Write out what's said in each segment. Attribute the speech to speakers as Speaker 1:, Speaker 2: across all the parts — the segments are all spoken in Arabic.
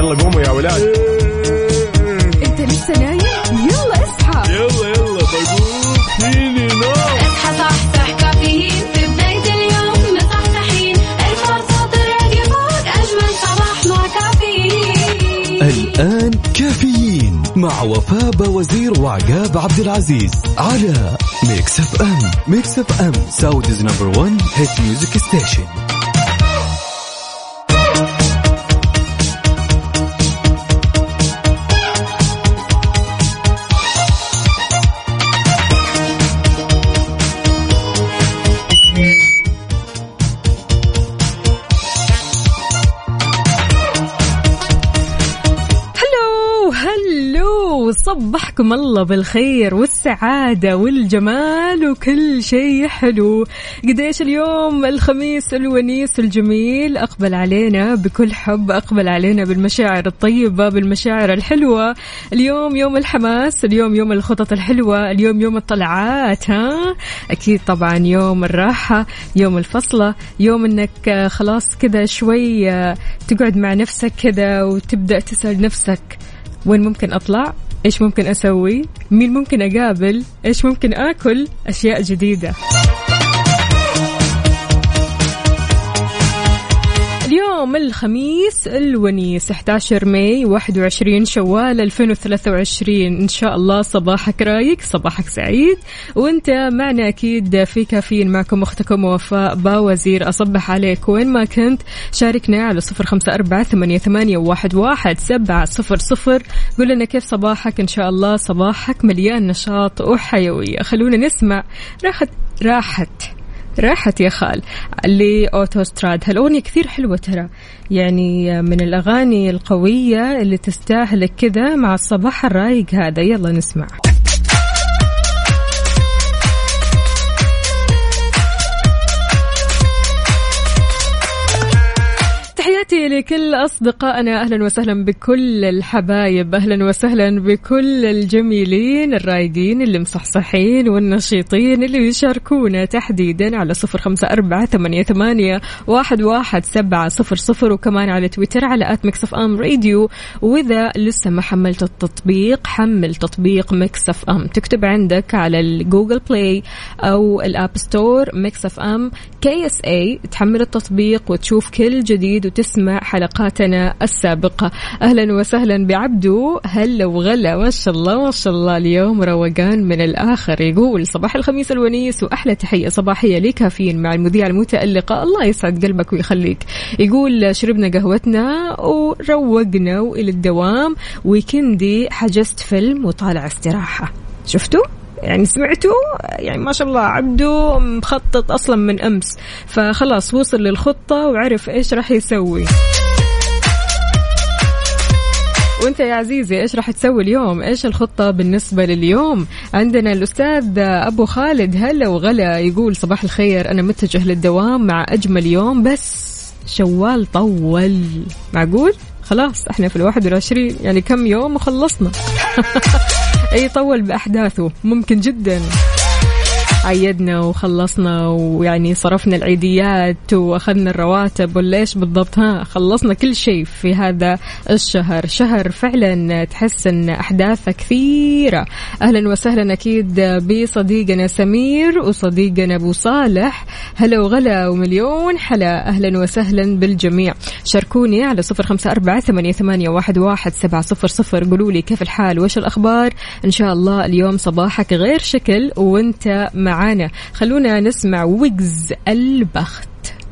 Speaker 1: يلا قوموا يا ولاد.
Speaker 2: انت لسه نايم؟ يلا اصحى.
Speaker 1: يلا بقوم فيني نوم.
Speaker 3: اصحى صحصح كافيين في بداية اليوم مصحصحين. الفرصة الراديو فوق أجمل صباح مع كافيين.
Speaker 4: الآن كافيين مع وفاء بوزير وعقاب عبد العزيز على ميكس اف ام. ميكس اف ام سعوديز نمبر 1 هيت ميوزك ستيشن.
Speaker 2: صبحكم الله بالخير والسعادة والجمال وكل شيء حلو. قديش اليوم الخميس الونيس الجميل أقبل علينا بكل حب، أقبل علينا بالمشاعر الطيبة، بالمشاعر الحلوة. اليوم يوم الحماس، اليوم يوم الخطط الحلوة، اليوم يوم الطلعات، أكيد طبعا يوم الراحة، يوم الفصلة، يوم أنك خلاص كذا شوي تقعد مع نفسك كذا وتبدأ تسأل نفسك وين ممكن أطلع، إيش ممكن أسوي، مين ممكن أقابل، إيش ممكن أكل، أشياء جديدة. اليوم الخميس الونيس 11 ماي 21 شوال 2023. إن شاء الله صباحك رايق، صباحك سعيد، وانت معنا أكيد في كافيين. معكم أختكم وفاء باوزير، أصبح عليك وين ما كنت. شاركنا على 0548811700. قل لنا كيف صباحك. إن شاء الله صباحك مليان نشاط وحيوية. خلونا نسمع راحت يا خال لأوتوستراد. هالأغنية كثير حلوة ترى، يعني من الأغاني القوية اللي تستاهلك كذا مع الصباح الرايق هذا. يلا نسمع. تحياتي لكل أصدقائنا، أهلا وسهلا بكل الحبايب، أهلا وسهلا بكل الجميلين الرايقين اللي مصحصحين والنشيطين اللي يشاركونا تحديدا على 0548811700 وكمان على تويتر على @mixfm_radio. وإذا لسه ما حملت التطبيق، حمل تطبيق ميكس اف ام، تكتب عندك على الجوجل بلاي أو الأب ستور ميكس اف ام KSA، تحمل التطبيق وتشوف كل جديد وتسمع حلقاتنا السابقة. أهلا وسهلا بعبدو، هلا وغلا، ما شاء الله ما شاء الله، اليوم روقان من الآخر. يقول صباح الخميس الونيس وأحلى تحية صباحية لكافيين مع المذيعة المتألقة، الله يسعد قلبك ويخليك. يقول شربنا قهوتنا وروقنا وإلى الدوام، ويكندي حجزت فيلم وطالع استراحة. شفتوا؟ يعني سمعتوا؟ يعني ما شاء الله عبدو مخطط أصلا من أمس، فخلاص وصل للخطة وعرف إيش راح يسوي. وانت يا عزيزي ايش راح تسوي اليوم؟ ايش الخطة بالنسبة لليوم؟ عندنا الأستاذ أبو خالد، هلا وغلا، يقول صباح الخير، أنا متجه للدوام مع أجمل يوم بس شوال طول. معقول؟ خلاص احنا في 21، يعني كم يوم وخلصنا. اي طول بأحداثه ممكن جدا. عيدنا وخلصنا، ويعني صرفنا العيديات وأخذنا الرواتب ولا إيش بالضبط؟ خلصنا كل شيء في هذا الشهر. شهر فعلا تحس أن أحداث كثيرة. أهلا وسهلا أكيد بصديقنا سمير وصديقنا أبو صالح، هلا وغلا ومليون حلا، أهلا وسهلا بالجميع. شاركوني على 0548811700. قولوا لي كيف الحال وإيش الأخبار. إن شاء الله اليوم صباحك غير شكل وانت معانا. خلونا نسمع ويجز البخت.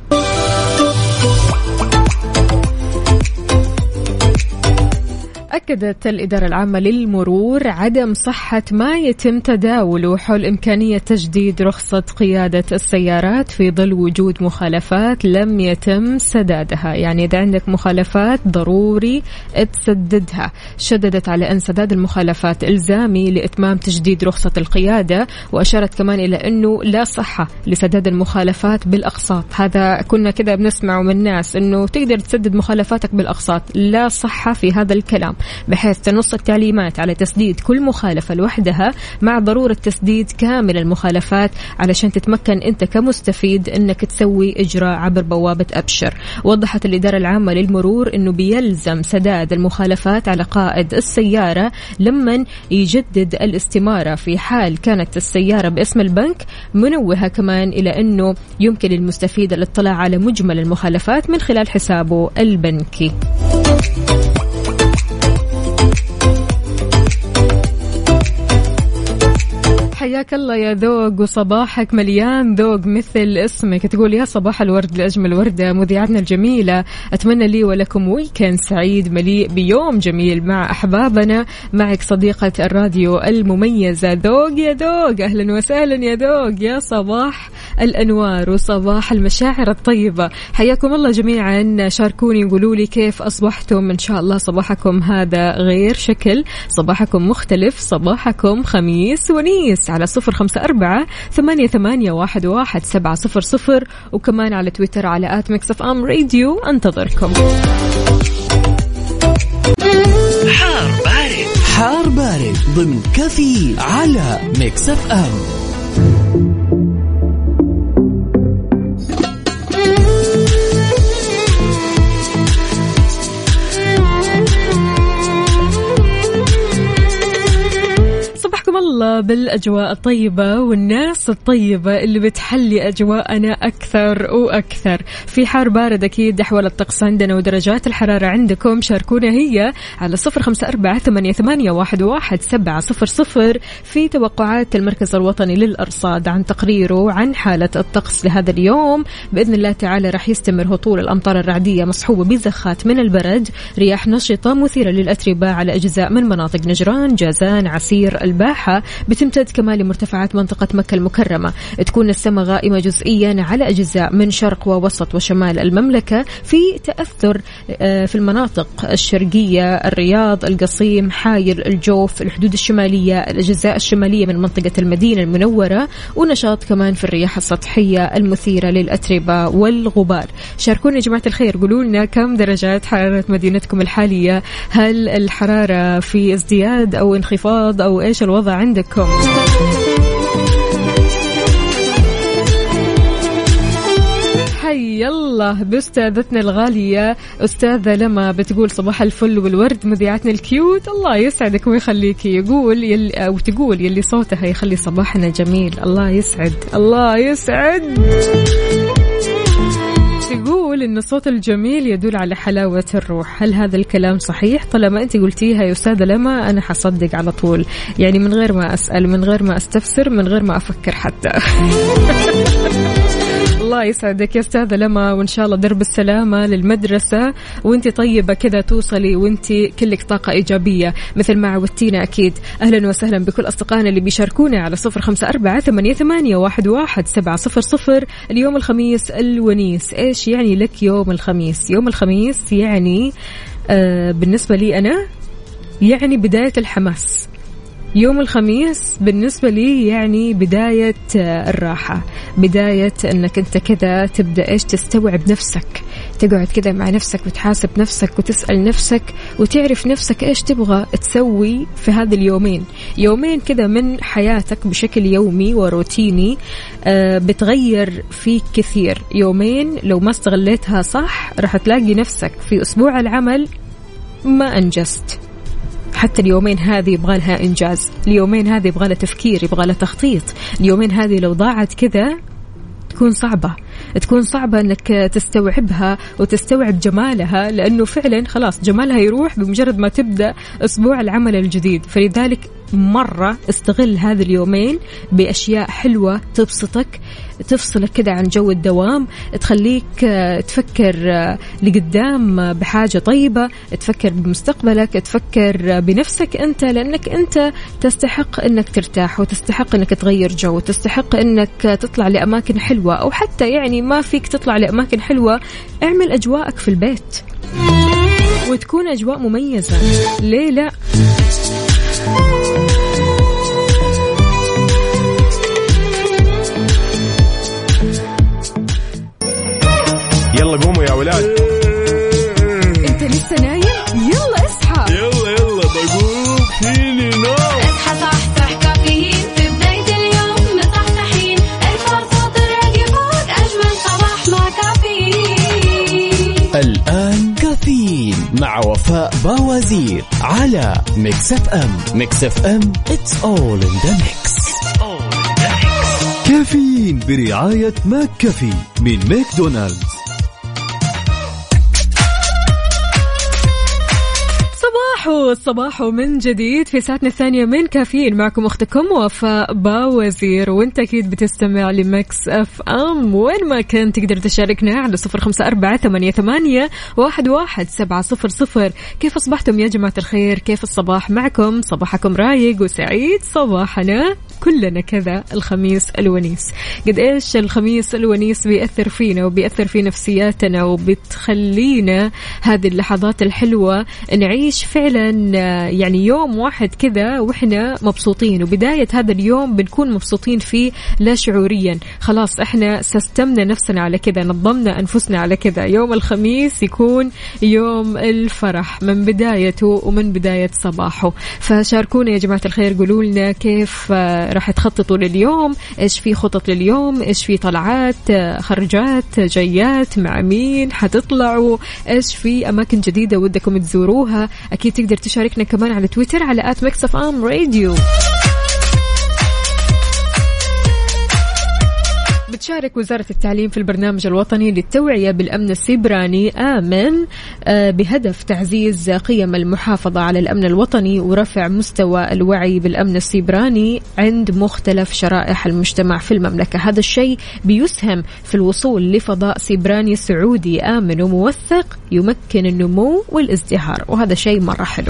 Speaker 2: أكدت الإدارة العامة للمرور عدم صحة ما يتم تداوله حول إمكانية تجديد رخصة قيادة السيارات في ظل وجود مخالفات لم يتم سدادها. يعني إذا عندك مخالفات ضروري تسددها. شددت على أن سداد المخالفات إلزامي لإتمام تجديد رخصة القيادة، وأشارت كمان إلى أنه لا صحة لسداد المخالفات بالأقساط. هذا كنا كذا بنسمعه من الناس أنه تقدر تسدد مخالفاتك بالأقساط، لا صحة في هذا الكلام. بحيث تنص التعليمات على تسديد كل مخالفة لوحدها مع ضرورة تسديد كامل المخالفات علشان تتمكن أنت كمستفيد أنك تسوي إجراء عبر بوابة أبشر. وضحت الإدارة العامة للمرور أنه بيلزم سداد المخالفات على قائد السيارة لمن يجدد الاستمارة في حال كانت السيارة باسم البنك، منوهة كمان إلى أنه يمكن للمستفيد الاطلاع على مجمل المخالفات من خلال حسابه البنكي. حياك الله يا ذوق، وصباحك مليان ذوق مثل اسمك. تقول يا صباح الورد لأجمل وردة مذيعتنا الجميلة، أتمنى لي ولكم ويكند سعيد مليء بيوم جميل مع أحبابنا. معك صديقة الراديو المميزة ذوق يا ذوق. أهلا وسهلا يا ذوق، يا صباح الأنوار وصباح المشاعر الطيبة. حياكم الله جميعا. شاركوني وقولوا لي كيف أصبحتم. إن شاء الله صباحكم هذا غير شكل، صباحكم مختلف، صباحكم خميس ونيس. على 0548811700 وكمان على تويتر على @mixfmradio. انتظركم.
Speaker 4: حار بارد، حار بارد ضمن كافيين على ميكس اف ام.
Speaker 2: الله بالأجواء الطيبة والناس الطيبة اللي بتحلي أجواءنا أكثر وأكثر. في حار بارد أكيد أحوال الطقس عندنا ودرجات الحرارة عندكم. شاركونا هي على 0548811700 في توقعات المركز الوطني للأرصاد عن تقريره عن حالة الطقس لهذا اليوم. بإذن الله تعالى رح يستمر هطول الأمطار الرعدية مصحوبة بزخات من البرد، رياح نشطة مثيرة للأتربة على أجزاء من مناطق نجران، جازان، عسير، الباحة. بتمتد كمان لمرتفعات منطقة مكة المكرمة. تكون السماء غائمة جزئيا على أجزاء من شرق ووسط وشمال المملكة، في تأثر في المناطق الشرقية، الرياض، القصيم، حايل، الجوف، الحدود الشمالية، الأجزاء الشمالية من منطقة المدينة المنورة، ونشاط كمان في الرياح السطحية المثيرة للأتربة والغبار. شاركونا يا جماعة الخير، قولوا لنا كم درجات حرارة مدينتكم الحالية؟ هل الحرارة في ازدياد أو انخفاض أو إيش الوضع عندكم؟ حي الله بأستاذتنا الغالية أستاذة لما، بتقول صباح الفل والورد مذيعتنا الكيوت. الله يسعدك ويخليكي. يقول تقول يلي صوتها يخلي صباحنا جميل. الله يسعد، الله يسعد. تقول إن الصوت الجميل يدل على حلاوة الروح. هل هذا الكلام صحيح؟ طالما أنت قلتيها يا أستاذة لما أنا حصدق على طول، يعني من غير ما أسأل، من غير ما أستفسر، من غير ما أفكر حتى. الله يسعدك يا أستاذة لما، وإن شاء الله درب السلامة للمدرسة وإنتي طيبة كذا توصلي وإنتي كلك طاقة إيجابية مثل ما عودتينا أكيد. أهلا وسهلا بكل أصدقائنا اللي بيشاركونا على 0548811700. اليوم الخميس الونيس. إيش يعني لك يوم الخميس؟ يوم الخميس يعني بالنسبة لي أنا يعني بداية الحماس. يوم الخميس بالنسبة لي يعني بداية الراحة، بداية أنك أنت كذا تبدأ إيش تستوعب نفسك، تقعد كذا مع نفسك وتحاسب نفسك وتسأل نفسك وتعرف نفسك إيش تبغى تسوي في هذه اليومين. يومين كذا من حياتك بشكل يومي وروتيني بتغير فيك كثير. يومين لو ما استغليتها صح راح تلاقي نفسك في أسبوع العمل ما أنجزت. حتى اليومين هذه يبغى لها إنجاز، اليومين هذه يبغى لها تفكير، يبغى لها تخطيط. اليومين هذه لو ضاعت كذا تكون صعبة أنك تستوعبها وتستوعب جمالها، لأنه فعلا خلاص جمالها يروح بمجرد ما تبدأ أسبوع العمل الجديد. فلذلك مرة استغل هذه اليومين بأشياء حلوة تبسطك، تفصلك كده عن جو الدوام، تخليك تفكر لقدام بحاجة طيبة، تفكر بمستقبلك، تفكر بنفسك أنت، لأنك أنت تستحق أنك ترتاح وتستحق أنك تغير جو، تستحق أنك تطلع لأماكن حلوة، أو حتى يعني ما فيك تطلع لأماكن حلوة اعمل أجواءك في البيت وتكون أجواء مميزة. ليه لا؟
Speaker 1: يلا قوموا يا ولاد.
Speaker 2: انت لسه نايم؟ يلا اصحى.
Speaker 1: يلا
Speaker 4: مع وفاء باوزير على ميكس اف ام. ميكس اف ام it's all in the mix. كافيين برعاية ماك كافي من ماكدونالدز.
Speaker 2: الصباح من جديد في ساعتنا الثانية من كافيين، معكم أختكم وفاء باوزير، وانت أكيد بتستمع لمكس اف ام. وين ما كنت تقدر تشاركنا على 0548811700. كيف أصبحتم يا جماعة الخير؟ كيف الصباح معكم؟ صباحكم رايق وسعيد؟ صباحنا كلنا كذا الخميس الونيس. قد إيش الخميس الونيس بيأثر فينا وبيأثر في نفسياتنا وبتخلينا هذه اللحظات الحلوة نعيش فعلا يعني يوم واحد كذا وإحنا مبسوطين، وبداية هذا اليوم بنكون مبسوطين فيه لا شعوريا. خلاص إحنا سستمنا نفسنا على كذا، نظمنا أنفسنا على كذا. يوم الخميس يكون يوم الفرح من بدايته ومن بداية صباحه. فشاركونا يا جماعة الخير، قولوا لنا كيف راح تخططوا لليوم، إيش في خطط لليوم، إيش في طلعات خرجات جيات، مع مين حتطلعوا، إيش في أماكن جديدة ودكم تزوروها. أكيد تقدر تشاركنا كمان على تويتر على @mixfmradio. بتشارك وزارة التعليم في البرنامج الوطني للتوعية بالأمن السيبراني آمن بهدف تعزيز قيم المحافظة على الأمن الوطني ورفع مستوى الوعي بالأمن السيبراني عند مختلف شرائح المجتمع في المملكة. هذا الشيء بيسهم في الوصول لفضاء سيبراني سعودي آمن وموثق يمكن النمو والازدهار، وهذا شيء مرة حلو.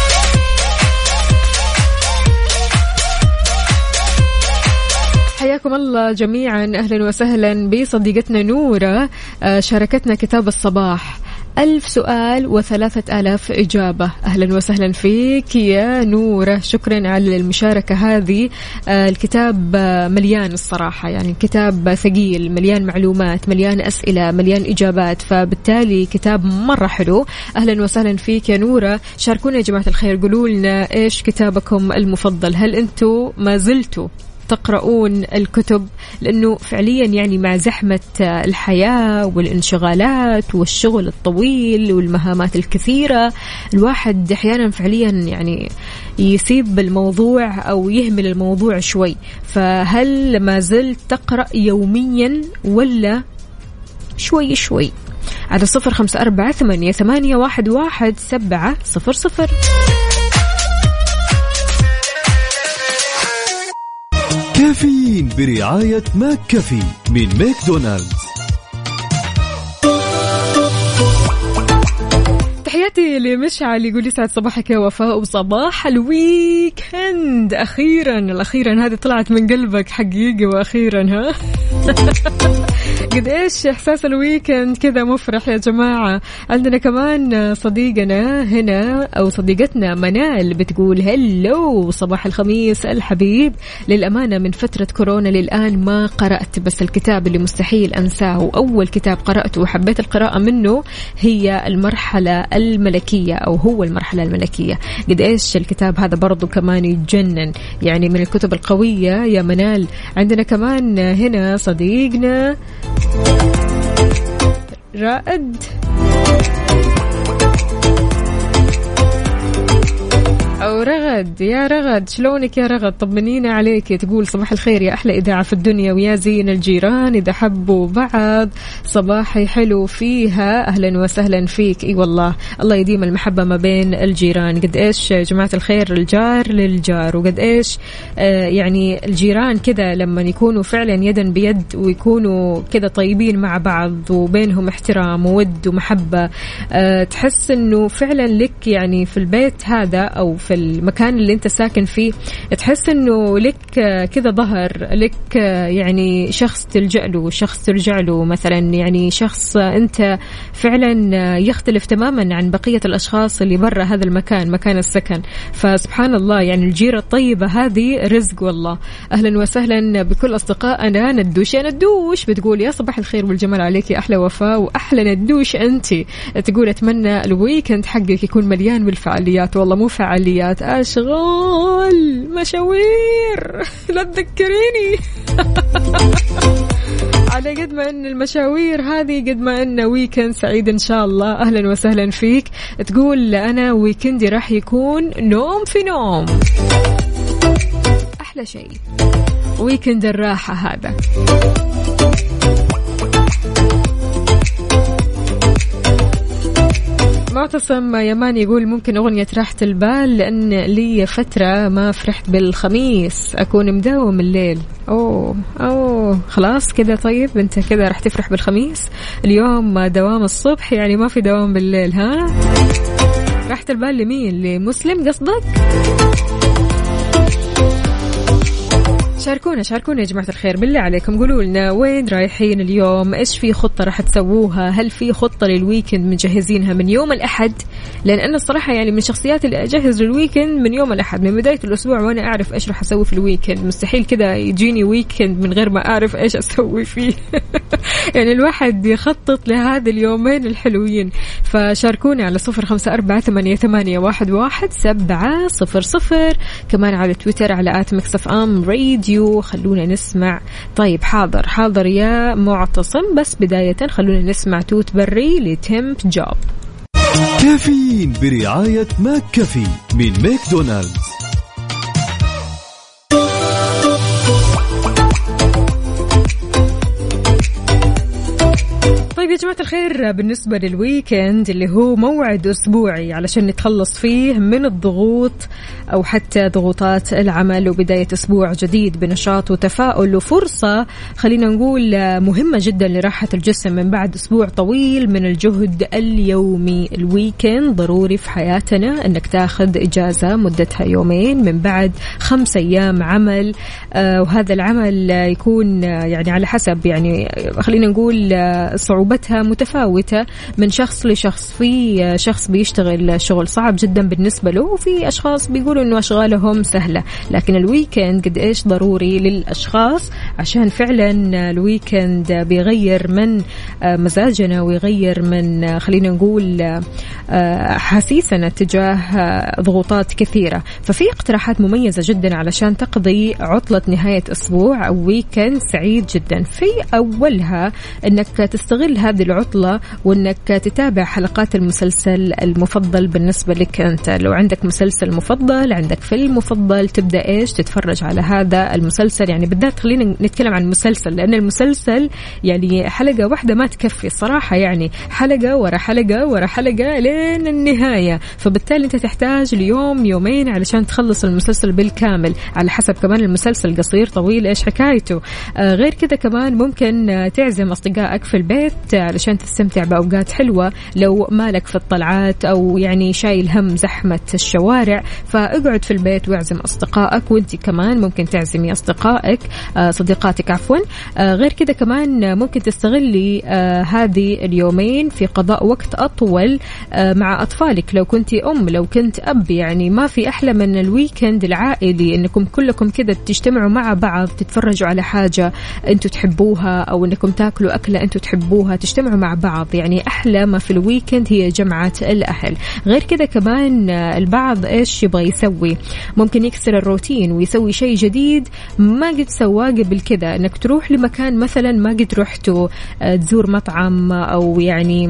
Speaker 2: حياكم الله جميعا، أهلا وسهلا بصديقتنا نورة. شاركتنا كتاب الصباح 1000 سؤال و3000 إجابة. أهلا وسهلا فيك يا نورة، شكرا على المشاركة هذه. الكتاب مليان الصراحة، يعني كتاب ثقيل، مليان معلومات، مليان أسئلة، مليان إجابات، فبالتالي كتاب مرة حلو. أهلا وسهلا فيك يا نورة. شاركونا يا جماعة الخير، قولوا لنا إيش كتابكم المفضل. هل أنتوا ما زلتوا تقرؤون الكتب؟ لأنه فعليا يعني مع زحمة الحياة والانشغالات والشغل الطويل والمهامات الكثيرة، الواحد أحيانا فعليا يعني يسيب الموضوع أو يهمل الموضوع شوي. فهل ما زلت تقرأ يوميا ولا شوي شوي؟ على 0548811700.
Speaker 4: كافيين برعاية ماك كافي من ماكدونالدز.
Speaker 2: تحياتي لمشعل يقول يسعد صباحك يا وفاء وصباح الويكند. أخيرا هذه طلعت من قلبك حقيقي، وأخيرا ها قد إيش إحساس الويكند كذا مفرح يا جماعة. عندنا كمان صديقنا هنا أو صديقتنا منال بتقول هلو صباح الخميس الحبيب. للأمانة من فترة كورونا للآن ما قرأت، بس الكتاب اللي مستحيل أنساه وأول كتاب قرأته وحبيت القراءة منه هي المرحلة الملكية، أو هو المرحلة الملكية. قد إيش الكتاب هذا برضو كمان يتجنن، يعني من الكتب القوية يا منال. عندنا كمان هنا صديقنا رائد أو رغد. يا رغد شلونك يا رغد؟ طمنينا عليك. تقول صباح الخير يا أحلى إذاعة في الدنيا، ويا زين الجيران إذا حبوا بعض صباحي حلو فيها. أهلا وسهلا فيك. إي والله الله يديم المحبة ما بين الجيران. قد إيش يا جماعة الخير الجار للجار، وقد إيش يعني الجيران كذا لما يكونوا فعلا يدا بيد ويكونوا كذا طيبين مع بعض وبينهم احترام وود ومحبة، تحس إنه فعلا لك يعني في البيت هذا أو في المكان اللي انت ساكن فيه، تحس انه لك كذا ظهر، لك يعني شخص تلجأ له، شخص ترجع له مثلا، يعني شخص انت فعلا يختلف تماما عن بقية الاشخاص اللي برا هذا المكان، مكان السكن. فسبحان الله يعني الجيرة الطيبة هذه رزق والله. اهلا وسهلا بكل اصدقائنا. ندوش يا ندوش بتقول يا صباح الخير والجمال عليك يا احلى وفاء واحلى ندوش انت. تقول اتمنى الويكند حقك يكون مليان بالفعاليات. والله مو فعاليات، اشغال مشاوير لا تذكريني. على قد ما أن المشاوير هذه قد ما أن ويكند سعيد إن شاء الله. أهلا وسهلا فيك. تقول أنا ويكندي راح يكون نوم في نوم، أحلى شيء ويكند الراحة هذا. معتصم يمان يقول ممكن أغنية راحة البال لأن لي فترة ما فرحت بالخميس، أكون مداوم الليل. أوه خلاص كذا. طيب أنت كذا رح تفرح بالخميس، اليوم دوام الصبح يعني ما في دوام بالليل. ها راحة البال لمين؟ لمسلم قصدك؟ شاركونا يا جماعة الخير بالله عليكم، قولوا لنا وين رايحين اليوم، إيش في خطة راح تسووها، هل في خطة للويكند مجهزينها من يوم الأحد؟ لأن أنا الصراحة يعني من الشخصيات اللي أجهز للويكند من يوم الأحد، من بداية الأسبوع وأنا أعرف إيش راح أسوي في الويكند. مستحيل كذا يجيني ويكند من غير ما أعرف إيش أسوي فيه. يعني الواحد يخطط لهذا اليومين الحلوين. فشاركونا على 0548811700، كمان على تويتر على @mixfmradio. خلونا نسمع. طيب حاضر يا معتصم، بس بداية خلونا نسمع توت بري لتيمب جوب.
Speaker 4: كافيين برعاية ماك كافي من ماكدونالدز.
Speaker 2: طيب يا جماعة الخير، بالنسبة للويكند اللي هو موعد أسبوعي علشان نتخلص فيه من الضغوط أو حتى ضغوطات العمل وبداية أسبوع جديد بنشاط وتفاؤل وفرصة خلينا نقول مهمة جدا لراحة الجسم من بعد أسبوع طويل من الجهد اليومي. الويكند ضروري في حياتنا أنك تاخذ إجازة مدتها يومين من بعد 5 أيام عمل، وهذا العمل يكون يعني على حسب يعني خلينا نقول صعوبتها متفاوتة من شخص لشخص. في شخص بيشتغل شغل صعب جدا بالنسبة له، وفي أشخاص بيقولوا إنه أشغالهم سهلة. لكن الويكند قد إيش ضروري للأشخاص، عشان فعلا الويكند بيغير من مزاجنا ويغير من خلينا نقول حاسيسنا تجاه ضغوطات كثيرة. ففي اقتراحات مميزة جدا علشان تقضي عطلة نهاية أسبوع أو ويكند سعيد جدا. في أولها إنك تستغل هذه العطلة وإنك تتابع حلقات المسلسل المفضل بالنسبة لك أنت. لو عندك مسلسل مفضل، عندك فيلم مفضل، تبدأ إيش تتفرج على هذا المسلسل. يعني بالذات خلينا نتكلم عن المسلسل، لأن المسلسل يعني حلقة واحدة ما تكفي الصراحة، يعني حلقة ورا حلقة ورا حلقة لين النهاية. فبالتالي أنت تحتاج ليوم يومين علشان تخلص المسلسل بالكامل، على حسب كمان المسلسل قصير طويل إيش حكايته. غير كذا كمان ممكن تعزم أصدقائك في البيت علشان تستمتع بأوقات حلوة. لو مالك في الطلعات أو يعني شايل هم زحمة الشوارع، فاقعد في البيت واعزم أصدقائك، وانت كمان ممكن تعزمي صديقاتك عفوا. غير كده كمان ممكن تستغلي هذه اليومين في قضاء وقت أطول مع أطفالك. لو كنت أم، لو كنت أب، يعني ما في أحلى من الويكند العائلي إنكم كلكم كده تجتمعوا مع بعض، تتفرجوا على حاجة أنتوا تحبوها أو إنكم تاكلوا أكلة أنتوا تحبوها، تجتمعوا مع بعض. يعني أحلى ما في الويكند هي جمعة الأهل. غير كده كمان البعض إيش يبغى يسوي، ممكن يكسر الروتين ويسوي شيء جديد ما قد سواه قبل كده. إنك تروح لمكان مثلا ما قد رحته، تزور مطعم أو يعني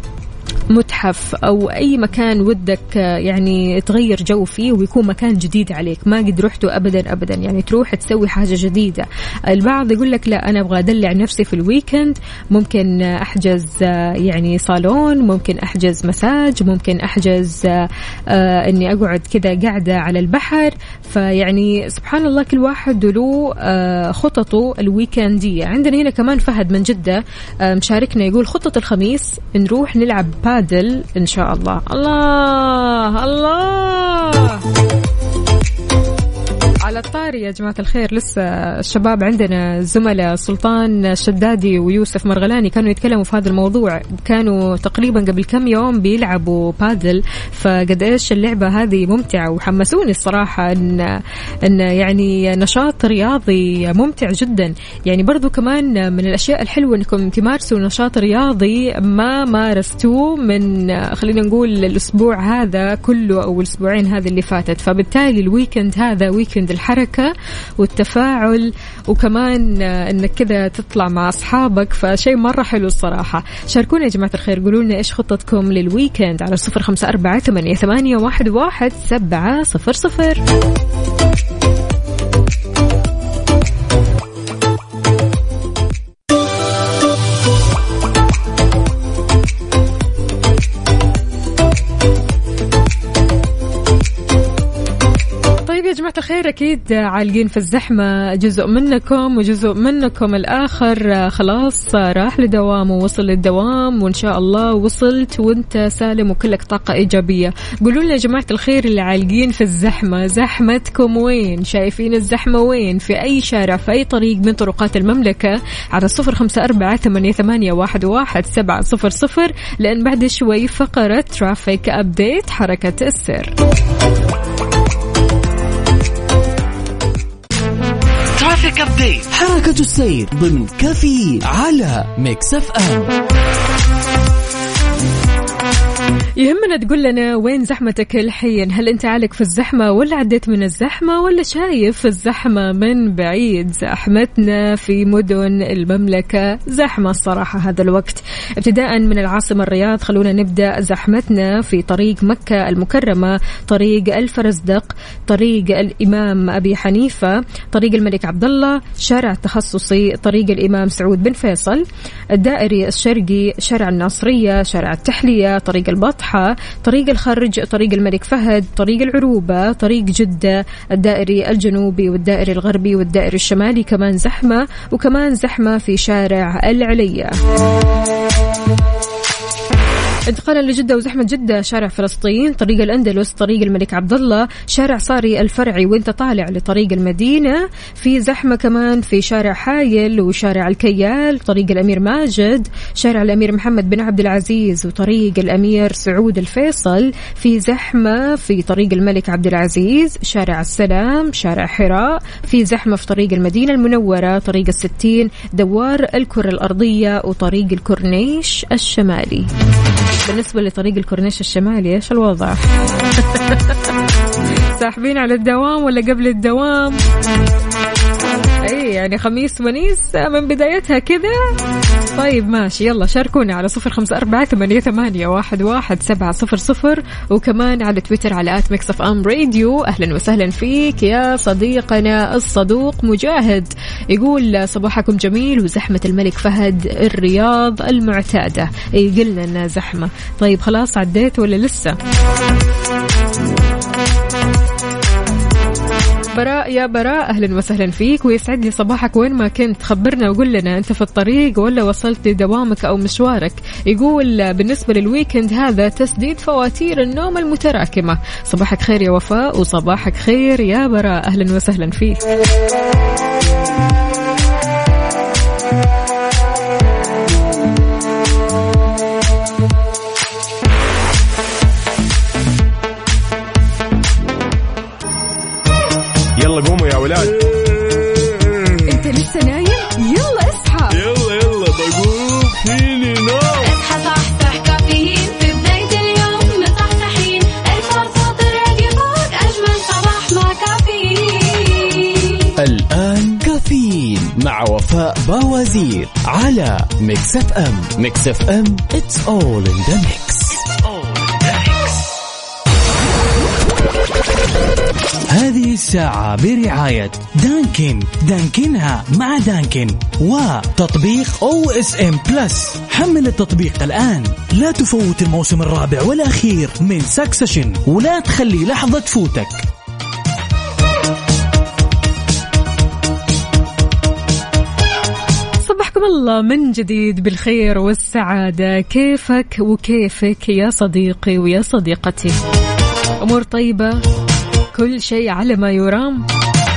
Speaker 2: متحف أو أي مكان ودك يعني تغير جو فيه ويكون مكان جديد عليك ما قد رحته أبدا. يعني تروح تسوي حاجة جديدة. البعض يقول لك لا أنا أبغى أدلع نفسي في الويكند، ممكن أحجز يعني صالون، ممكن أحجز مساج، ممكن أحجز أني أقعد كذا قاعدة على البحر. فيعني سبحان الله كل واحد له خططه الويكندية. عندنا هنا كمان فهد من جدة مشاركنا يقول خطة الخميس نروح نلعب بادل إن شاء الله. الله على الطاري يا جماعة الخير، لسه الشباب عندنا زملاء سلطان شدادي ويوسف مرغلاني كانوا يتكلموا في هذا الموضوع. كانوا تقريبا قبل كم يوم بيلعبوا بادل، فقد إيش اللعبة هذه ممتعة وحمسوني الصراحة إن يعني نشاط رياضي ممتع جدا. يعني برضو كمان من الأشياء الحلوة إنكم تمارسوا نشاط رياضي ما مارستوه من خلينا نقول الأسبوع هذا كله أو الأسبوعين هذه اللي فاتت. فبالتالي الويكند هذا ويكند الحركة والتفاعل، وكمان إنك كذا تطلع مع أصحابك، فشيء مرة حلو الصراحة. شاركونا يا جماعة الخير، قولوا لنا إيش خطتكم للويكند على 0548811700. يا جماعة الخير أكيد عالقين في الزحمة، جزء منكم وجزء منكم الآخر خلاص راح لدوام ووصل للدوام، وإن شاء الله وصلت وانت سالم وكلك طاقة إيجابية. قولوا لنا يا جماعة الخير اللي عالقين في الزحمة، زحمتكم وين؟ شايفين الزحمة وين؟ في أي شارع، في أي طريق من طرقات المملكة؟ على 0548811700، لأن بعد شوي فقرة ترافيك أبديت حركة السير.
Speaker 4: ترافيك أبديت حركة السير ضمن كافيين على ميكس اف ام.
Speaker 2: يهمنا تقول لنا وين زحمتك الحين، هل انت عالق في الزحمة ولا عديت من الزحمة ولا شايف الزحمة من بعيد؟ زحمتنا في مدن المملكة زحمة الصراحة هذا الوقت، ابتداء من العاصمة الرياض. خلونا نبدأ زحمتنا في طريق مكة المكرمة، طريق الفرزدق، طريق الإمام أبي حنيفة، طريق الملك عبدالله، شارع التخصصي، طريق الإمام سعود بن فيصل، الدائري الشرقي، شارع الناصرية، شارع التحلية، طريق البطحة، طريق الخرج، طريق الملك فهد، طريق العروبة، طريق جدة، الدائري الجنوبي والدائري الغربي والدائري الشمالي كمان زحمة، وكمان زحمة في شارع العلية. انتقالا لجدة وزحمة جدة، شارع فلسطين، طريق الأندلس، طريق الملك عبدالله، شارع صاري الفرعي وانت طالع لطريق المدينة، في زحمة كمان في شارع حايل وشارع الكيال، طريق الأمير ماجد، شارع الأمير محمد بن عبد العزيز وطريق الأمير سعود الفيصل، في زحمة في طريق الملك عبد العزيز، شارع السلام، شارع حراء، في زحمة في طريق المدينة المنورة، طريق الستين، دوار الكرة الأرضية، وطريق الكورنيش الشمالي. بالنسبة لطريق الكورنيش الشمالي إيش الوضع؟ ساحبين على الدوام ولا قبل الدوام؟ أي يعني خميس ونيس من بدايتها كذا. طيب ماشي، يلا شاركونا على 0548811700، وكمان على تويتر على @mixfmradio. أهلا وسهلا فيك يا صديقنا الصدوق مجاهد، يقول صباحكم جميل وزحمة الملك فهد الرياض المعتادة. قلنا إنها زحمة. طيب خلاص عديت ولا لسه؟ براء يا براء أهلا وسهلا فيك ويسعد لي صباحك، وين ما كنت خبرنا وقول لنا أنت في الطريق ولا وصلت لدوامك أو مشوارك. يقول بالنسبة للويكند هذا تسديد فواتير النوم المتراكمة. صباحك خير يا وفاء وصباحك خير يا براء، أهلا وسهلا فيك.
Speaker 1: يلا قوموا يا ولاد.
Speaker 2: انت لسه نايم؟ يلا اصحى.
Speaker 1: يلا بقوم فيني نوم.
Speaker 3: اصحى صحصح كافيين في بداية اليوم مصحصحين، الفرصة تراك فوق أجمل صباح مع كافيين.
Speaker 4: الآن كافيين مع وفاء باوزير على ميكس اف ام. ميكس اف ام it's all in the mix. هذه الساعة برعاية دانكن، دانكنها مع دانكن، وتطبيق OSM Plus. حمل التطبيق الآن، لا تفوت الموسم الرابع والأخير من سكسشن ولا تخلي لحظة تفوتك.
Speaker 2: صبحكم الله من جديد بالخير والسعادة. كيفك وكيفك يا صديقي ويا صديقتي؟ أمور طيبة؟ كل شيء على ما يرام؟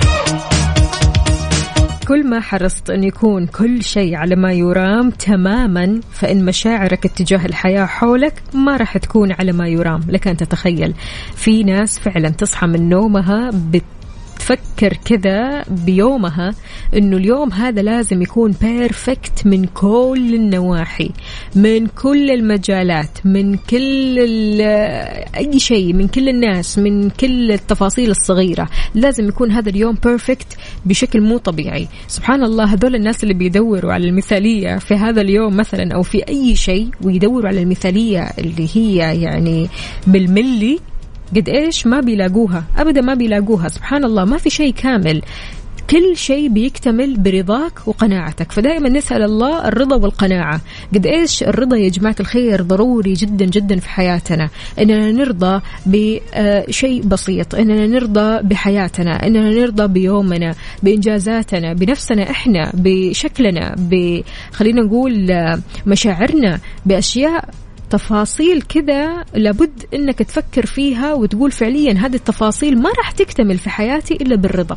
Speaker 2: كل ما حرصت أن يكون كل شيء على ما يرام تماما، فإن مشاعرك اتجاه الحياة حولك ما راح تكون على ما يرام. لك أن تتخيل في ناس فعلا تصحى من نومها تفكر كذا بيومها إنه اليوم هذا لازم يكون بيرفكت من كل النواحي، من كل المجالات، من كل أي شيء، من كل الناس، من كل التفاصيل الصغيرة، لازم يكون هذا اليوم بيرفكت بشكل مو طبيعي. سبحان الله، هذول الناس اللي بيدوروا على المثالية في هذا اليوم مثلا أو في أي شيء، ويدوروا على المثالية اللي هي يعني بالملي، قد إيش ما بيلاقوها أبدا، ما بيلاقوها. سبحان الله، ما في شيء كامل، كل شيء بيكتمل برضاك وقناعتك. فدائما نسأل الله الرضا والقناعة. قد إيش الرضا يا جماعة الخير ضروري جدا جدا في حياتنا، إننا نرضى بشيء بسيط، إننا نرضى بحياتنا، إننا نرضى بيومنا، بإنجازاتنا، بنفسنا إحنا، بشكلنا، خلينا نقول مشاعرنا، بأشياء تفاصيل كذا لابد إنك تفكر فيها وتقول فعليا هذه التفاصيل ما راح تكتمل في حياتي إلا بالرضا.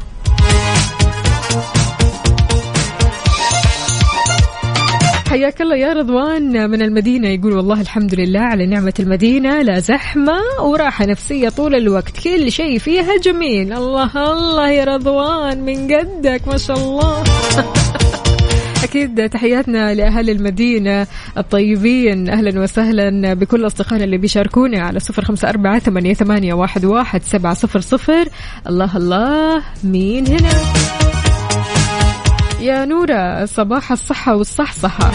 Speaker 2: حياك الله يا رضوان من المدينة، يقول والله الحمد لله على نعمة المدينة، لا زحمة وراحة نفسية طول الوقت، كل شيء فيها جميل. الله الله يا رضوان، من قدك ما شاء الله. أكيد تحياتنا لأهل المدينة الطيبين، أهلا وسهلا بكل أصدقائنا اللي بيشاركونا على 0548811700. الله الله، مين هنا؟ يا نورة، صباح الصحة والصحصحة.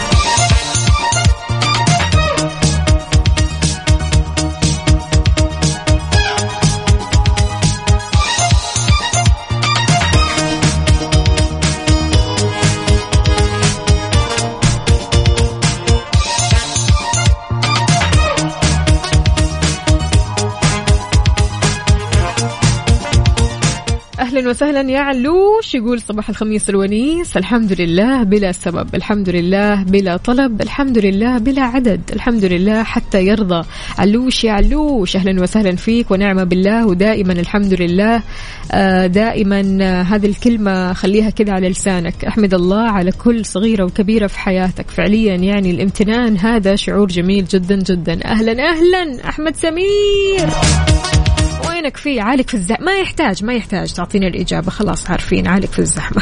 Speaker 2: أهلا وسهلا يا علوش، يقول صباح الخميس الونيس، الحمد لله بلا سبب، الحمد لله بلا طلب، الحمد لله بلا عدد، الحمد لله حتى يرضى. علوش يا علوش، أهلا وسهلا فيك، ونعمة بالله، ودائما الحمد لله. دائما هذه الكلمة خليها كذا على لسانك، أحمد الله على كل صغيرة وكبيرة في حياتك. فعليا يعني الامتنان هذا شعور جميل جدا جدا. أهلا أهلا أحمد سمير، وينك فيه؟ عالق في الزحمة؟ ما يحتاج تعطينا الإجابة، خلاص عارفين عالق في الزحمة.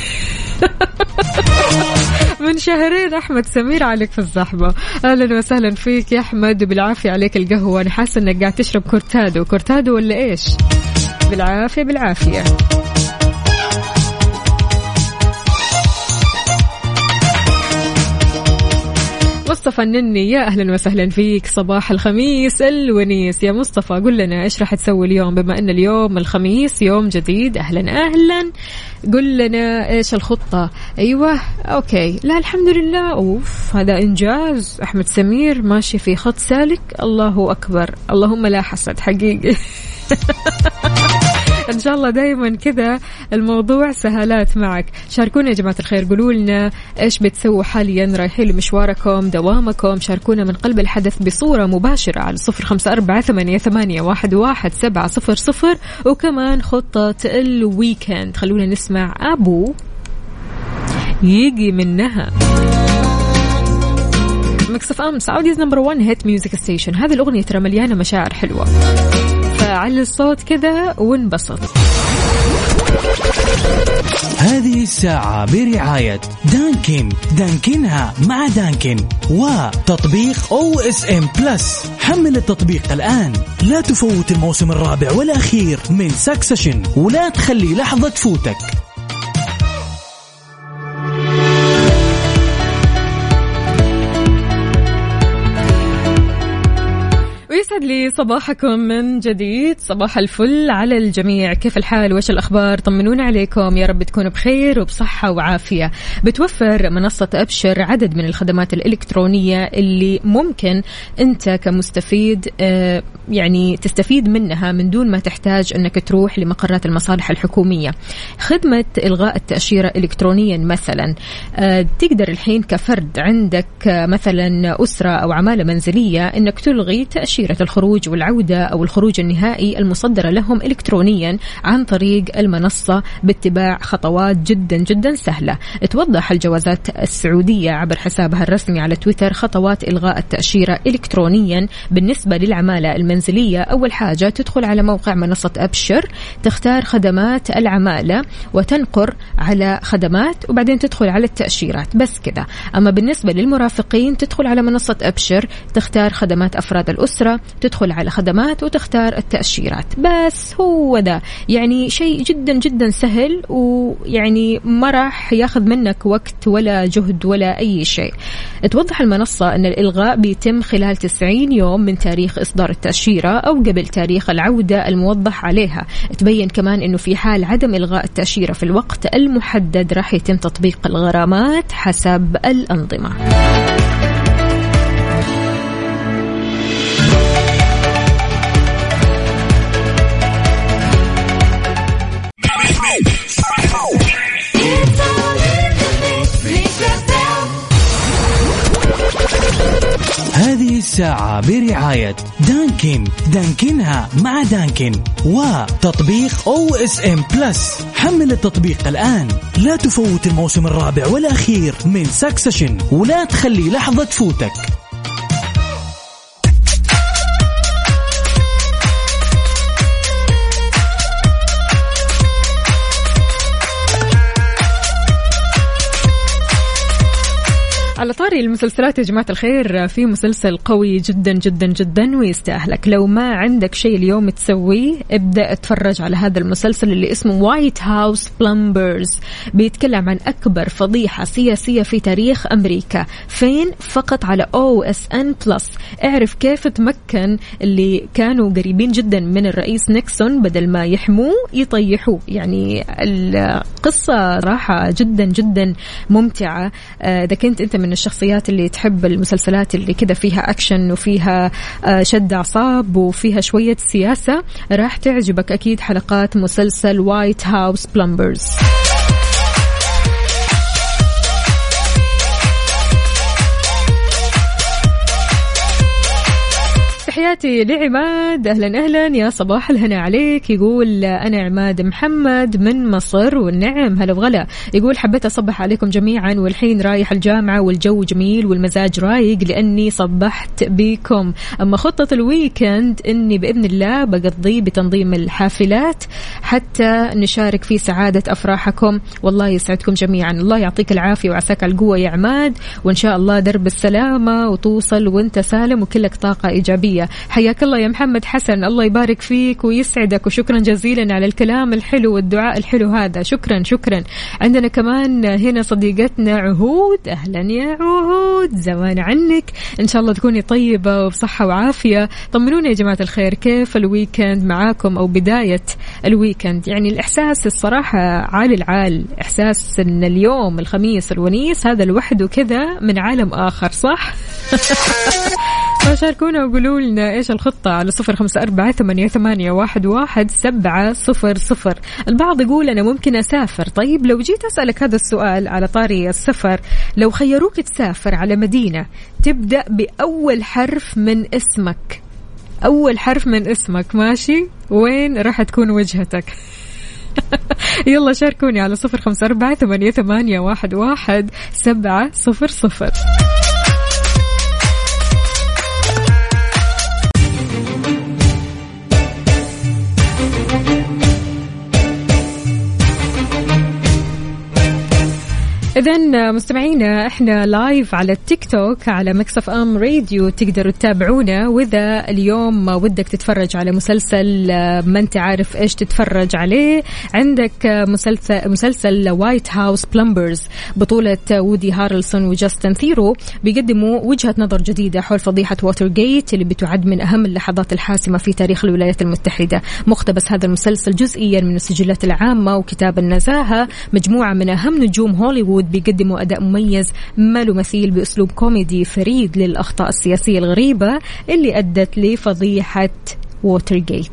Speaker 2: من شهرين أحمد سمير عالق في الزحمة. أهلا وسهلا فيك يا أحمد، بالعافية عليك القهوة، أنا حاسة أنك قاعد تشرب كورتادو ولا إيش؟ بالعافية بالعافية. مصطفى النني، يا أهلا وسهلا فيك، صباح الخميس الونيس. يا مصطفى قل لنا إيش راح تسوي اليوم بما أن اليوم الخميس يوم جديد؟ أهلا أهلا، قل لنا إيش الخطة. أيوة أوكي، لا الحمد لله، أوف هذا إنجاز. أحمد سمير ماشي في خط سالك، الله أكبر، اللهم لا حسد حقيقي. إن شاء الله دايما كذا الموضوع سهالات معك. شاركونا يا جماعة الخير، قولوا لنا إيش بتسووا حاليا، رايحين لمشواركم، دوامكم، شاركونا من قلب الحدث بصورة مباشرة على 0548811700، وكمان خطة الويكند. خلونا نسمع أبو يجي منها. ميكس اف ام سعوديز نمبر 1 هيت ميوزك ستيشن. هذه الأغنية ترى مليانة مشاعر حلوة، فعلي الصوت كذا وانبسط.
Speaker 4: هذه الساعة برعاية دانكنها مع دانكن، وتطبيق OSM بلس. حمل التطبيق الآن، لا تفوت الموسم الرابع والأخير من سكسشن، ولا تخلي لحظة تفوتك.
Speaker 2: يسعد لي صباحكم من جديد، صباح الفل على الجميع. كيف الحال وش الأخبار؟ طمنونا عليكم، يا رب تكونوا بخير وبصحة وعافية. بتوفر منصة أبشر عدد من الخدمات الإلكترونية اللي ممكن أنت كمستفيد يعني تستفيد منها من دون ما تحتاج أنك تروح لمقرات المصالح الحكومية. خدمة إلغاء التأشيرة إلكترونيا مثلا، تقدر الحين كفرد عندك مثلا أسرة أو عمالة منزلية أنك تلغي تأشيرة الخروج والعودة أو الخروج النهائي المصدرة لهم إلكترونيا عن طريق المنصة باتباع خطوات جدا جدا سهلة. توضح الجوازات السعودية عبر حسابها الرسمي على تويتر خطوات إلغاء التأشيرة إلكترونيا بالنسبة للعمالة المنزلية. أول حاجة تدخل على موقع منصة أبشر، تختار خدمات العمالة وتنقر على خدمات وبعدين تدخل على التأشيرات، بس كذا. أما بالنسبة للمرافقين تدخل على منصة أبشر، تختار خدمات أفراد الأسرة، تدخل على خدمات وتختار التأشيرات. بس هو ده يعني شيء جدا جدا سهل، ويعني ما راح ياخذ منك وقت ولا جهد ولا أي شيء. توضح المنصة أن الإلغاء بيتم خلال 90 يوم من تاريخ إصدار التأشيرة أو قبل تاريخ العودة الموضح عليها. تبين كمان أنه في حال عدم إلغاء التأشيرة في الوقت المحدد راح يتم تطبيق الغرامات حسب الأنظمة.
Speaker 4: هذه الساعة برعاية دانكن، دانكنها مع دانكن، وتطبيق OSM Plus. حمل التطبيق الآن، لا تفوت الموسم الرابع والأخير من ساكسشن ولا تخلي لحظة تفوتك.
Speaker 2: على طاري المسلسلات يا جماعة الخير، في مسلسل قوي جدا جدا جدا ويستاهلك. لو ما عندك شيء اليوم تسويه ابدأ اتفرج على هذا المسلسل اللي اسمه وايت هاوس بلمبرز. بيتكلم عن أكبر فضيحة سياسية في تاريخ أمريكا. فين؟ فقط على OSN Plus. اعرف كيف تمكن اللي كانوا قريبين جدا من الرئيس نيكسون بدل ما يحموه يطيحوه. يعني القصة راحة جدا جدا ممتعة. إذا كنت أنت من الشخصيات اللي تحب المسلسلات اللي كده فيها أكشن وفيها شد أعصاب وفيها شوية سياسة، راح تعجبك أكيد حلقات مسلسل وايت هاوس بلمبرز. تحياتي لعماد، أهلا أهلا يا صباح الهنا عليك. يقول أنا عماد محمد من مصر، والنعم هلا وغلا. يقول حبيت أصبح عليكم جميعا والحين رايح الجامعة والجو جميل والمزاج رايق لأني صبحت بكم. أما خطة الويكند إني بإذن الله بقضي بتنظيم الحافلات حتى نشارك في سعادة أفراحكم. والله يسعدكم جميعا، الله يعطيك العافية وعساك على القوة يا عماد، وإن شاء الله درب السلامة وتوصل وانت سالم وكلك طاقة إيجابية. حياك الله يا محمد حسن، الله يبارك فيك ويسعدك، وشكرا جزيلا على الكلام الحلو والدعاء الحلو هذا. شكرا شكرا. عندنا كمان هنا صديقتنا عهود، أهلا يا عهود، زمان عنك، إن شاء الله تكوني طيبة وبصحة وعافية. طمنونا يا جماعة الخير كيف الويكند معاكم أو بداية الويكند. يعني الإحساس الصراحة عالي العال، إحساس أن اليوم الخميس الونيس هذا لوحده كذا من عالم آخر، صح؟ فشاركونا وقولوا لنا إيش الخطة على 0548811700. البعض يقول أنا ممكن أسافر. طيب لو جيت أسألك هذا السؤال على طاري السفر، لو خيروك تسافر على مدينة تبدأ بأول حرف من اسمك، أول حرف من اسمك، ماشي، وين راح تكون وجهتك؟ يلا شاركوني على 0548811700. إذن مستمعينا احنا لايف على التيك توك على ميكس اف ام راديو، تقدروا تتابعونا. وإذا اليوم ودك تتفرج على مسلسل ما انت عارف ايش تتفرج عليه، عندك مسلسل وايت هاوس بلمبرز بطولة وودي هارلسون وجاستن ثيرو، بيقدموا وجهة نظر جديدة حول فضيحة ووتر جيت اللي بتعد من أهم اللحظات الحاسمة في تاريخ الولايات المتحدة. مقتبس هذا المسلسل جزئيا من السجلات العامة وكتاب النزاهة. مجموعة من أهم نجوم هوليوود بيقدموا أداء مميز ما له مثيل بأسلوب كوميدي فريد للأخطاء السياسية الغريبة اللي أدت لفضيحة ووترغيت.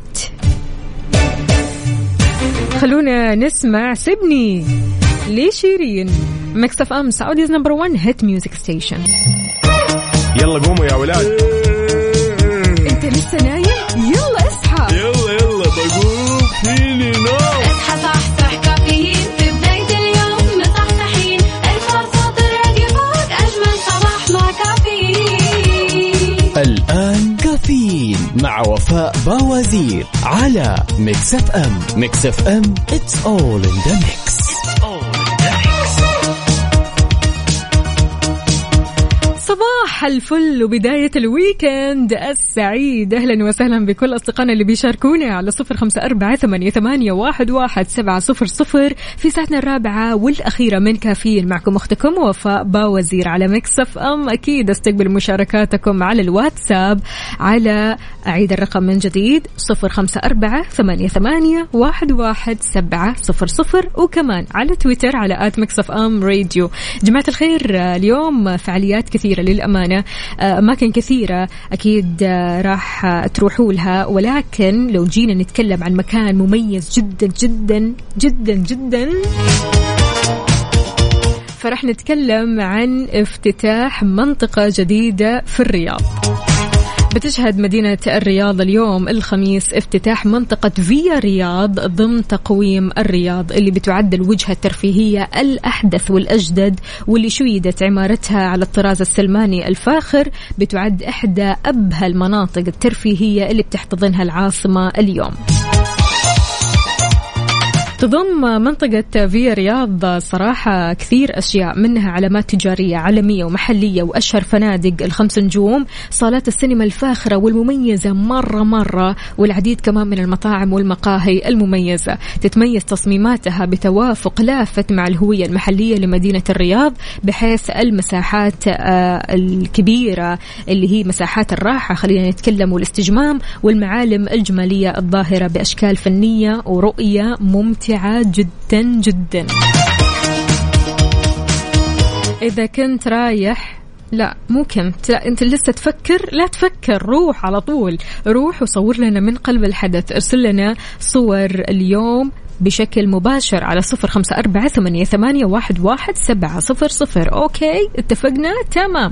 Speaker 2: خلونا نسمع سيبني لشيرين. ميكس اف ام سعوديز نمبر 1 هيت ميوزك ستيشن.
Speaker 1: يلا قوموا يا ولاد.
Speaker 2: انت لسه نايم؟ يلا اصحى.
Speaker 1: يلا بقوم فيني نوم.
Speaker 3: اصحى صحصح كافيين في بداية اليوم مصحصحين، الفرصة الراديو فوق أجمل صباح مع كافيين.
Speaker 4: الآن كافيين مع وفاء باوزير على ميكس اف ام. ميكس اف ام it's all in the mix.
Speaker 2: صباح الفل وبداية الويكند السعيد. أهلا وسهلا بكل أصدقائنا اللي بيشاركونا على 0548811700 في ساعتنا الرابعة والأخيرة من كافيين. معكم أختكم وفاء باوزير على ميكس اف ام. أكيد استقبل مشاركاتكم على الواتساب على أعيد الرقم من جديد 0548811700 وكمان على تويتر على @mixfmradio. جماعة الخير، اليوم فعاليات كثيرة للأمانة، أماكن كثيرة أكيد راح تروحوا لها، ولكن لو جينا نتكلم عن مكان مميز جدا جدا جدا جدا فرح نتكلم عن افتتاح منطقة جديدة في الرياض. بتشهد مدينة الرياض اليوم الخميس افتتاح منطقة فيا رياض ضمن تقويم الرياض، اللي بتعد الوجهة الترفيهية الأحدث والأجدد، واللي شيدت عمارتها على الطراز السلماني الفاخر. بتعد إحدى أبهى المناطق الترفيهية اللي بتحتضنها العاصمة اليوم. تضم منطقة فيا رياض صراحة كثير أشياء، منها علامات تجارية عالمية ومحلية وأشهر فنادق ال5 نجوم، صالات السينما الفاخرة والمميزة مرة، والعديد كمان من المطاعم والمقاهي المميزة. تتميز تصميماتها بتوافق لافت مع الهوية المحلية لمدينة الرياض، بحيث المساحات الكبيرة اللي هي مساحات الراحة خلينا نتكلم والاستجمام، والمعالم الجمالية الظاهرة بأشكال فنية ورؤية ممتعة جدا جدا. إذا كنت رايح، لا مو كنت، لا أنت لسه تفكر، لا تفكر، روح على طول، روح وصور لنا من قلب الحدث. ارسل لنا صور اليوم بشكل مباشر على 0548811700. أوكي اتفقنا؟ تمام.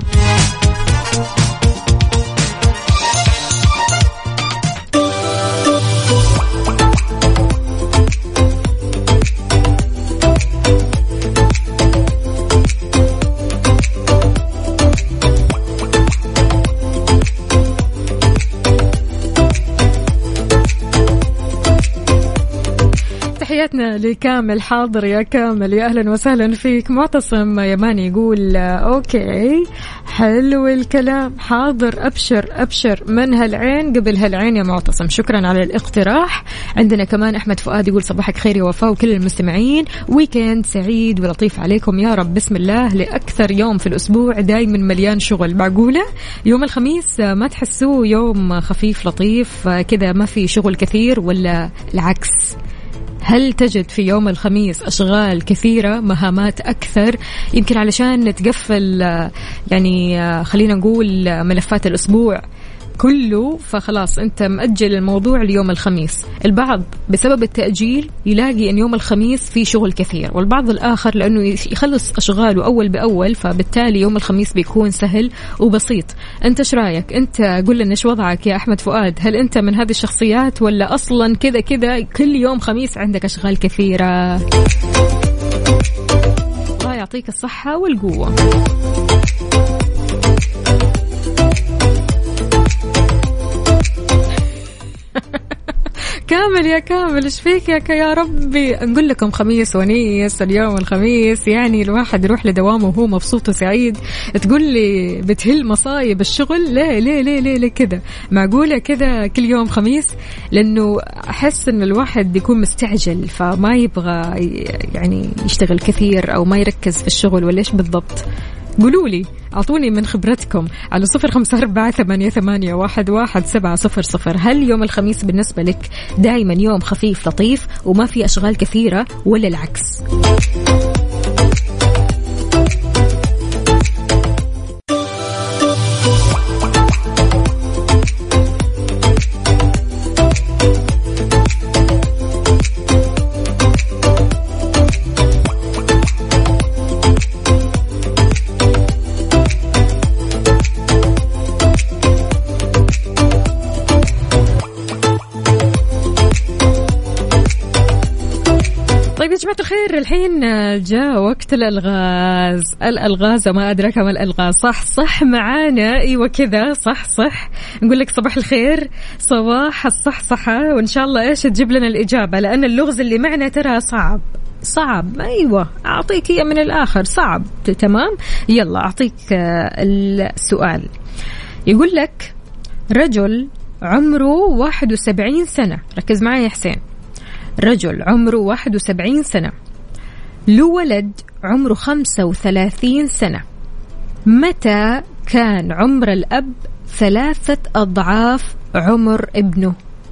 Speaker 2: تحياتنا لكامل. حاضر يا كامل، يا أهلا وسهلا فيك. معتصم يماني يقول أوكي حلو الكلام، حاضر، أبشر من هالعين قبل هالعين يا معتصم، شكرا على الاقتراح. عندنا كمان أحمد فؤاد يقول صباحك خير يا وفاء وكل المستمعين، ويكند سعيد ولطيف عليكم يا رب. بسم الله، لأكثر يوم في الأسبوع دايما مليان شغل، معقولة يوم الخميس ما تحسوه يوم خفيف لطيف كذا ما في شغل كثير، ولا العكس؟ هل تجد في يوم الخميس أشغال كثيرة، مهامات أكثر، يمكن علشان نتقفل يعني خلينا نقول ملفات الأسبوع كله، فخلاص أنت مأجل الموضوع ليوم الخميس. البعض بسبب التأجيل يلاقي أن يوم الخميس فيه شغل كثير، والبعض الآخر لأنه يخلص أشغاله أول بأول، فبالتالي يوم الخميس بيكون سهل وبسيط. أنت إيش رأيك؟ أنت قل لنا إيش وضعك يا أحمد فؤاد، هل أنت من هذه الشخصيات ولا أصلا كذا كل يوم خميس عندك أشغال كثيرة؟ الله يعطيك الصحة والقوة. كامل يا كامل، ايش فيك يا ربي؟ نقول لكم خميس ونيس، اليوم الخميس يعني الواحد يروح لدوامه وهو مبسوط وسعيد. تقول لي بتهل مصايب الشغل؟ ليه كذا؟ معقولة كذا كل يوم خميس؟ لأنه أحس إن الواحد يكون مستعجل، فما يبغى يعني يشتغل كثير أو ما يركز في الشغل، ولا إيش بالضبط؟ قولوا لي، أعطوني من خبرتكم على 0548811700. هل يوم الخميس بالنسبة لك دائما يوم خفيف لطيف وما في أشغال كثيرة، ولا العكس؟ طيب يا جماعة الخير، الحين جاء وقت الألغاز وما أدراك ما الألغاز. صح معانا، أيوة كذا صح. نقول لك صباح الخير، صباح الصحصحة، وإن شاء الله إيش تجيب لنا الإجابة، لأن اللغز اللي معنا ترى صعب. أيوة أعطيك إياه من الآخر، صعب. تمام، يلا أعطيك السؤال. يقول لك رجل عمره 71 سنة، ركز معي يا حسين، رجل عمره 71 سنة له ولد عمره 35 سنة، متى كان عمر الأب 3 أضعاف عمر ابنه؟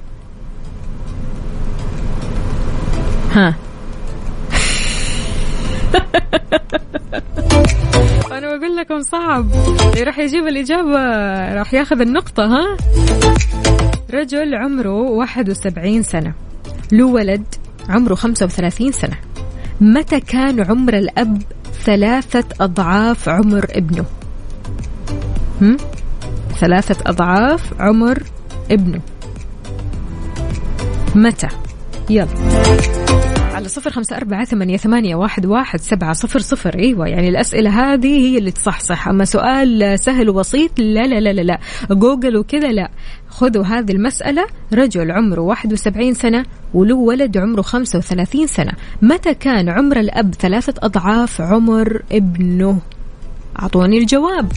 Speaker 2: ها أنا بقول لكم صعب، راح يجيب الإجابة راح ياخذ النقطة. ها، رجل عمره 71 سنة له ولد عمره 35 سنة، متى كان عمر الأب 3 أضعاف عمر ابنه؟ 3 أضعاف عمر ابنه متى؟ يلا على 0548811700. أيوة يعني الأسئلة هذه هي اللي تصحصح، أما سؤال سهل وبسيط لا جوجل وكذا لا. خذوا هذه المسألة، رجل عمره 71 سنة وله ولد عمره 35 سنة، متى كان عمر الأب 3 أضعاف عمر ابنه؟ أعطوني الجواب.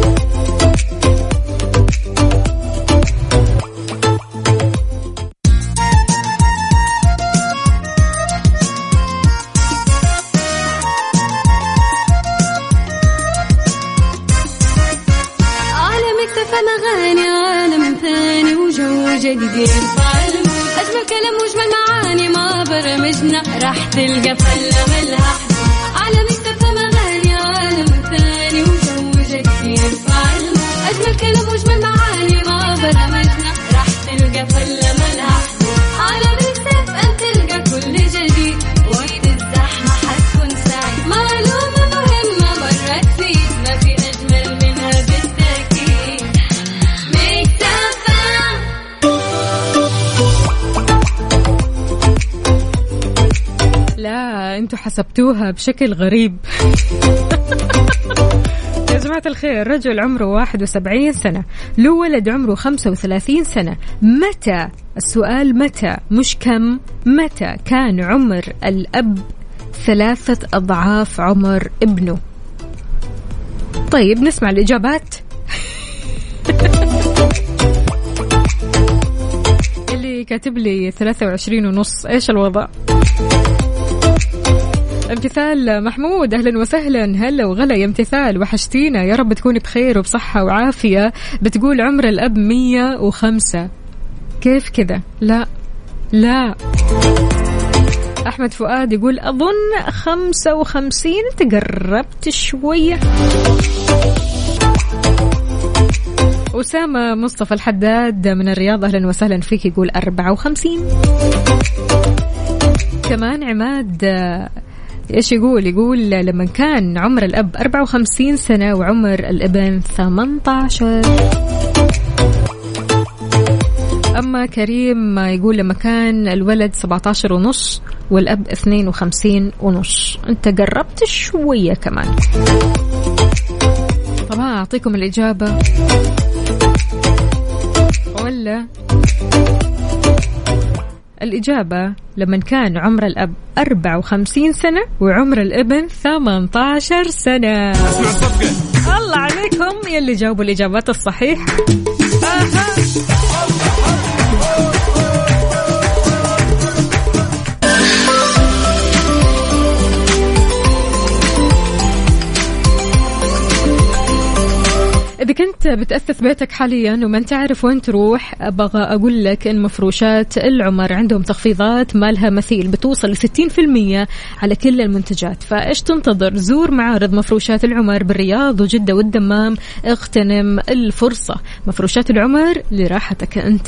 Speaker 3: جديد الفالم أجمل كلام وجمل معاني ما برمجنا راح تلقى فلة ملها على مكتب مغاني عالم ثاني وجو جديد الفالم أجمل كلام وجمل معاني ما برمجنا راح تلقى فلة ملها على مكتب أن تلقى كل جديد وقت الزحمة حتكون سعيد معلومة مهمة مرة تفيد ما في أجمل منها بالتأكيد
Speaker 2: لا انتوا حسبتوها بشكل غريب. يا جماعة الخير، رجل عمره 71 سنة له ولد عمره 35 سنة، متى، السؤال متى مش كم، متى كان عمر الأب 3 أضعاف عمر ابنه؟ طيب نسمع الإجابات. اللي كاتب لي 23.5 ايش الوضع؟ امتثال محمود، أهلا وسهلا، هلا وغلا يا امتثال، وحشتينا، يا رب تكوني بخير وبصحة وعافية. بتقول عمر الأب 105، كيف كذا؟ لا. أحمد فؤاد يقول أظن 55، تقربت شوية. أسامة مصطفى الحداد من الرياض، أهلا وسهلا فيك، يقول 54. كمان عماد إيش يقول لما كان عمر الأب 54 سنة وعمر الابن 18. أما كريم يقول لما كان الولد 17.5 والأب 52.5. أنت قربت شوية كمان. طبعا أعطيكم الإجابة ولا؟ الإجابة لما كان عمر الأب 54 سنة وعمر الابن 18 سنة. الله عليكم يلي جاوبوا الإجابات الصحيحة. إذا كنت بتأسس بيتك حاليا وما انت عارف وين تروح، أبغى أقول لك إن مفروشات العمر عندهم تخفيضات ما لها مثيل، بتوصل ل 60% على كل المنتجات. فإيش تنتظر؟ زور معارض مفروشات العمر بالرياض وجدة والدمام، اغتنم الفرصة. مفروشات العمر لراحتك أنت.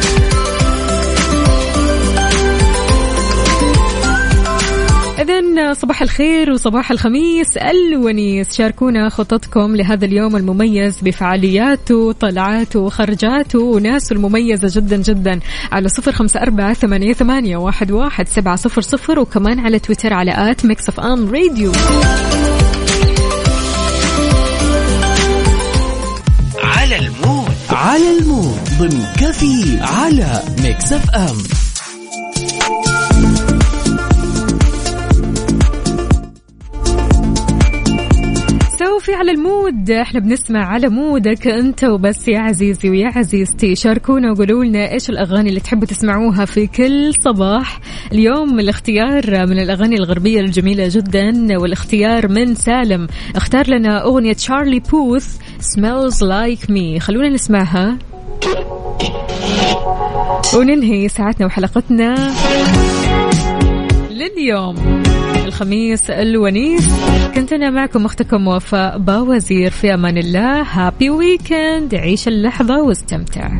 Speaker 2: إذن صباح الخير وصباح الخميس الونيس. شاركونا خططكم لهذا اليوم المميز بفعالياته طلعاته وخرجاته وناسه المميزة جدا جدا على 0548811700 وكمان على تويتر على @mixfmradio.
Speaker 4: على المود ضمن كفي على ميكس اف ام.
Speaker 2: في على المود احنا بنسمع على مودك انت وبس يا عزيزي ويا عزيزتي. شاركونا وقولوا لنا ايش الاغاني اللي تحبوا تسمعوها في كل صباح. اليوم الاختيار من الاغاني الغربيه الجميله جدا، والاختيار من سالم اختار لنا اغنيه تشارلي بوث Smells Like Me. خلونا نسمعها وننهي ساعتنا وحلقتنا لليوم الخميس الونيس. كنت أنا معكم أختكم وفاء باوزير، في أمان الله. هابي ويكند، عيش اللحظة واستمتع.